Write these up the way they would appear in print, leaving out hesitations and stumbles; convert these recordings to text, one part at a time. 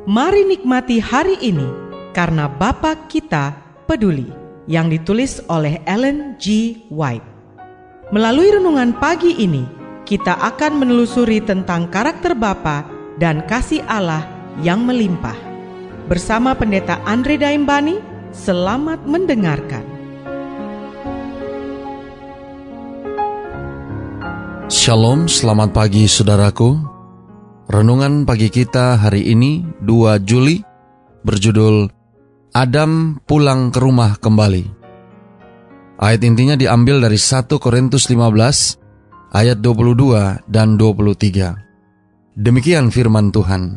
Mari nikmati hari ini karena Bapa kita peduli, yang ditulis oleh Ellen G. White. Melalui renungan pagi ini, kita akan menelusuri tentang karakter Bapa dan kasih Allah yang melimpah. Bersama Pendeta Andre Daimbani, selamat mendengarkan. Shalom, selamat pagi saudaraku. Renungan pagi kita hari ini 2 Juli berjudul Adam pulang ke rumah kembali. Ayat intinya diambil dari 1 Korintus 15 ayat 22 dan 23. Demikian firman Tuhan.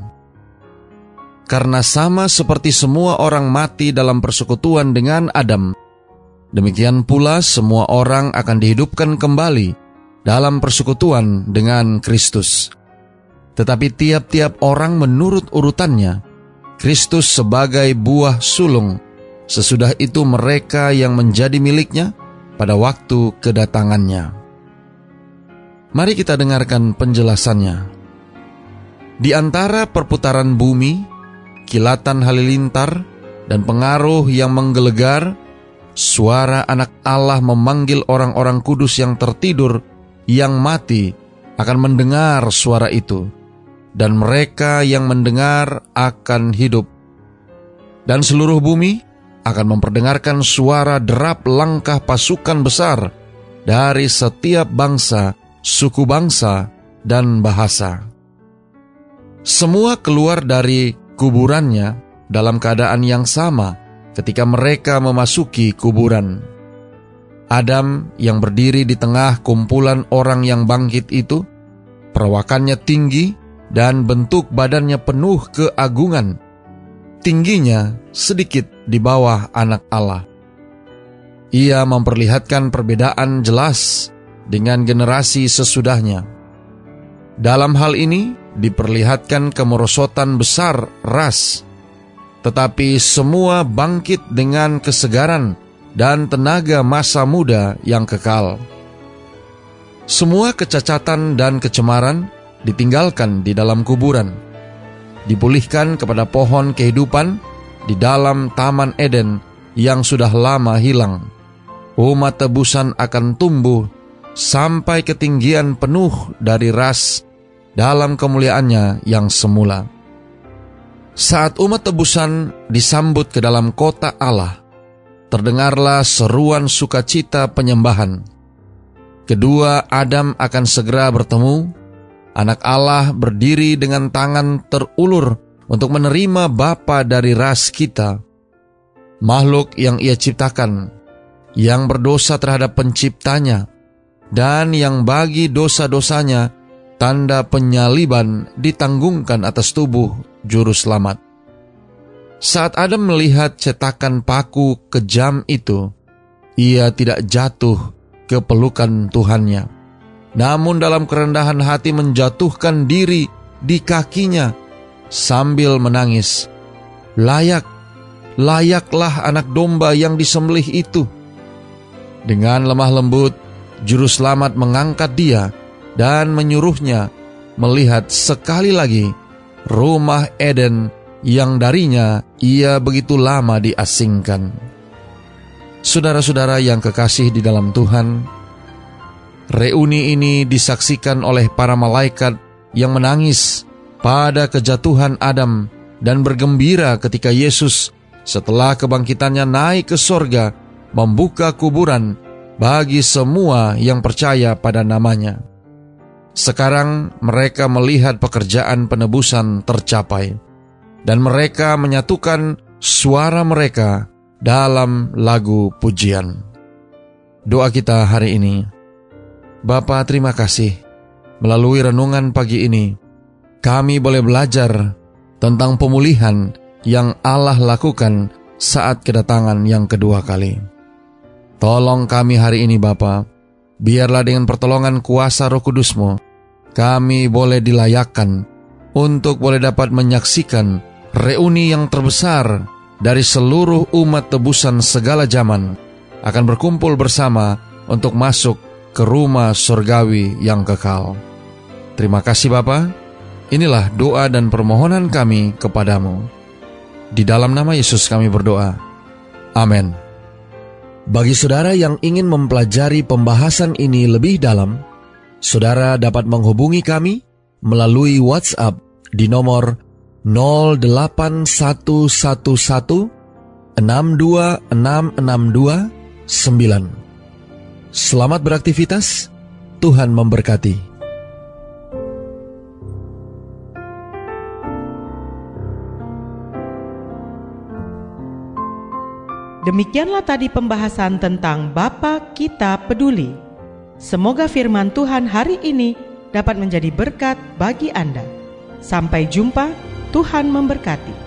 Karena sama seperti semua orang mati dalam persekutuan dengan Adam, demikian pula semua orang akan dihidupkan kembali dalam persekutuan dengan Kristus. Tetapi tiap-tiap orang menurut urutannya, Kristus sebagai buah sulung, sesudah itu mereka yang menjadi miliknya pada waktu kedatangannya. Mari kita dengarkan penjelasannya. Di antara perputaran bumi, kilatan halilintar, dan pengaruh yang menggelegar, suara anak Allah memanggil orang-orang kudus yang tertidur, yang mati, akan mendengar suara itu. Dan mereka yang mendengar akan hidup. Dan seluruh bumi akan memperdengarkan suara derap langkah pasukan besar dari setiap bangsa, suku bangsa, dan bahasa. Semua keluar dari kuburannya dalam keadaan yang sama ketika mereka memasuki kuburan. Adam yang berdiri di tengah kumpulan orang yang bangkit itu, perawakannya tinggi, dan bentuk badannya penuh keagungan. Tingginya sedikit di bawah anak Allah. Ia memperlihatkan perbedaan jelas dengan generasi sesudahnya. Dalam hal ini diperlihatkan kemerosotan besar ras, tetapi semua bangkit dengan kesegaran dan tenaga masa muda yang kekal. Semua kecacatan dan kecemaran ditinggalkan di dalam kuburan, dipulihkan kepada pohon kehidupan di dalam Taman Eden yang sudah lama hilang. Umat tebusan akan tumbuh sampai ketinggian penuh dari ras dalam kemuliaannya yang semula. Saat umat tebusan disambut ke dalam kota Allah, terdengarlah seruan sukacita penyembahan. Kedua Adam akan segera bertemu. Anak Allah berdiri dengan tangan terulur untuk menerima Bapa dari ras kita. Makhluk yang Ia ciptakan, yang berdosa terhadap penciptanya, dan yang bagi dosa-dosanya tanda penyaliban ditanggungkan atas tubuh juru selamat. Saat Adam melihat cetakan paku kejam itu, ia tidak jatuh ke pelukan Tuhannya. Namun dalam kerendahan hati menjatuhkan diri di kakinya sambil menangis. Layaklah anak domba yang disembelih itu. Dengan lemah lembut, juru selamat mengangkat dia dan menyuruhnya melihat sekali lagi rumah Eden yang darinya ia begitu lama diasingkan. Saudara-saudara yang kekasih di dalam Tuhan, reuni ini disaksikan oleh para malaikat yang menangis pada kejatuhan Adam dan bergembira ketika Yesus setelah kebangkitannya naik ke sorga membuka kuburan bagi semua yang percaya pada namanya. Sekarang mereka melihat pekerjaan penebusan tercapai dan mereka menyatukan suara mereka dalam lagu pujian. Doa kita hari ini. Bapa, terima kasih. Melalui renungan pagi ini, kami boleh belajar tentang pemulihan yang Allah lakukan saat kedatangan yang kedua kali. Tolong kami hari ini Bapa, biarlah dengan pertolongan kuasa Roh Kudus-Mu, kami boleh dilayakkan untuk boleh dapat menyaksikan reuni yang terbesar dari seluruh umat tebusan segala zaman akan berkumpul bersama untuk masuk ke rumah surgawi yang kekal. Terima kasih Bapa. Inilah doa dan permohonan kami kepadamu. Di dalam nama Yesus kami berdoa. Amin. Bagi saudara yang ingin mempelajari pembahasan ini lebih dalam, saudara dapat menghubungi kami melalui WhatsApp di nomor 08111 62662 9. Selamat beraktivitas, Tuhan memberkati. Demikianlah tadi pembahasan tentang Bapa Kita Peduli. Semoga firman Tuhan hari ini dapat menjadi berkat bagi Anda. Sampai jumpa, Tuhan memberkati.